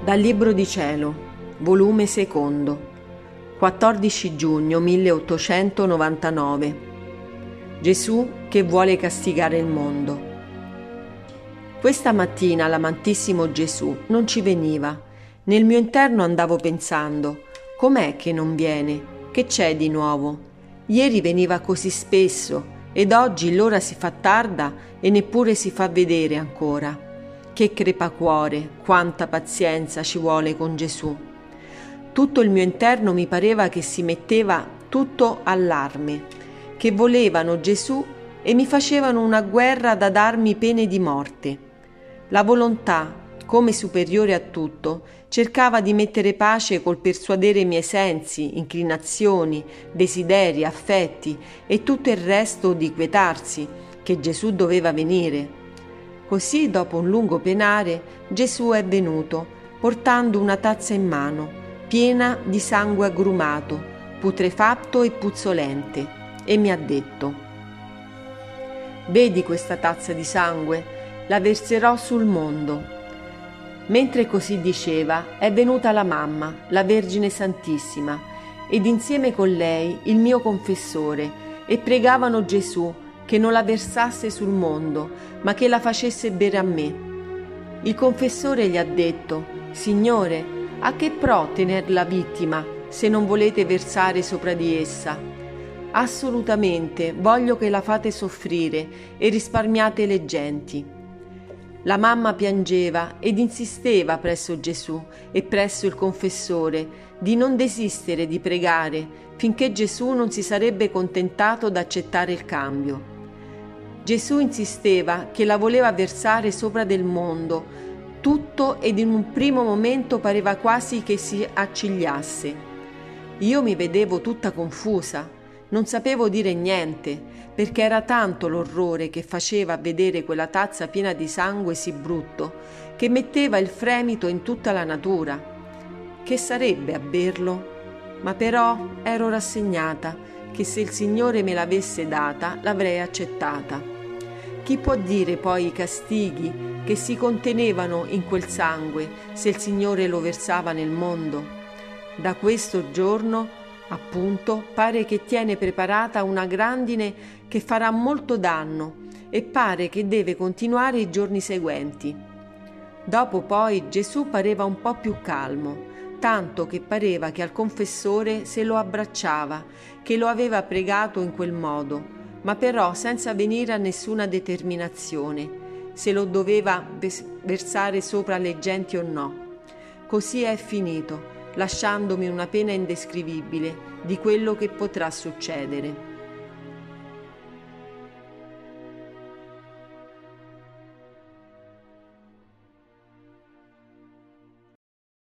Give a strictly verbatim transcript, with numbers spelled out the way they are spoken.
Dal Libro di Cielo, volume secondo, quattordici giugno milleottocentonovantanove. Gesù che vuole castigare il mondo. Questa mattina l'amantissimo Gesù non ci veniva. Nel mio interno andavo pensando: com'è che non viene? Che c'è di nuovo? Ieri veniva così spesso ed oggi l'ora si fa tarda e neppure si fa vedere ancora. Che crepacuore, quanta pazienza ci vuole con Gesù. Tutto il mio interno mi pareva che si metteva tutto all'arme, che volevano Gesù e mi facevano una guerra da darmi pene di morte. La volontà, come superiore a tutto, cercava di mettere pace col persuadere i miei sensi, inclinazioni, desideri, affetti e tutto il resto di quietarsi, che Gesù doveva venire. Così, dopo un lungo penare, Gesù è venuto, portando una tazza in mano, piena di sangue agrumato, putrefatto e puzzolente, e mi ha detto: «Vedi questa tazza di sangue? La verserò sul mondo». Mentre così diceva, è venuta la mamma, la Vergine Santissima, ed insieme con lei il mio confessore, e pregavano Gesù che non la versasse sul mondo, ma che la facesse bere a me. Il confessore gli ha detto: «Signore, a che pro tener la vittima se non volete versare sopra di essa? Assolutamente voglio che la fate soffrire e risparmiate le genti». La mamma piangeva ed insisteva presso Gesù e presso il confessore di non desistere di pregare finché Gesù non si sarebbe contentato d'accettare il cambio. Gesù insisteva che la voleva versare sopra del mondo tutto ed in un primo momento pareva quasi che si accigliasse. Io mi vedevo tutta confusa, non sapevo dire niente, perché era tanto l'orrore che faceva vedere quella tazza piena di sangue sì brutto, che metteva il fremito in tutta la natura. Che sarebbe a berlo? Ma però ero rassegnata che se il Signore me l'avesse data l'avrei accettata. Chi può dire poi i castighi che si contenevano in quel sangue se il Signore lo versava nel mondo? Da questo giorno, appunto, pare che tiene preparata una grandine che farà molto danno e pare che deve continuare i giorni seguenti. Dopo poi Gesù pareva un po' più calmo, tanto che pareva che al confessore se lo abbracciava, che lo aveva pregato in quel modo, ma però senza venire a nessuna determinazione, se lo doveva versare sopra le genti o no. Così è finito, lasciandomi una pena indescrivibile di quello che potrà succedere.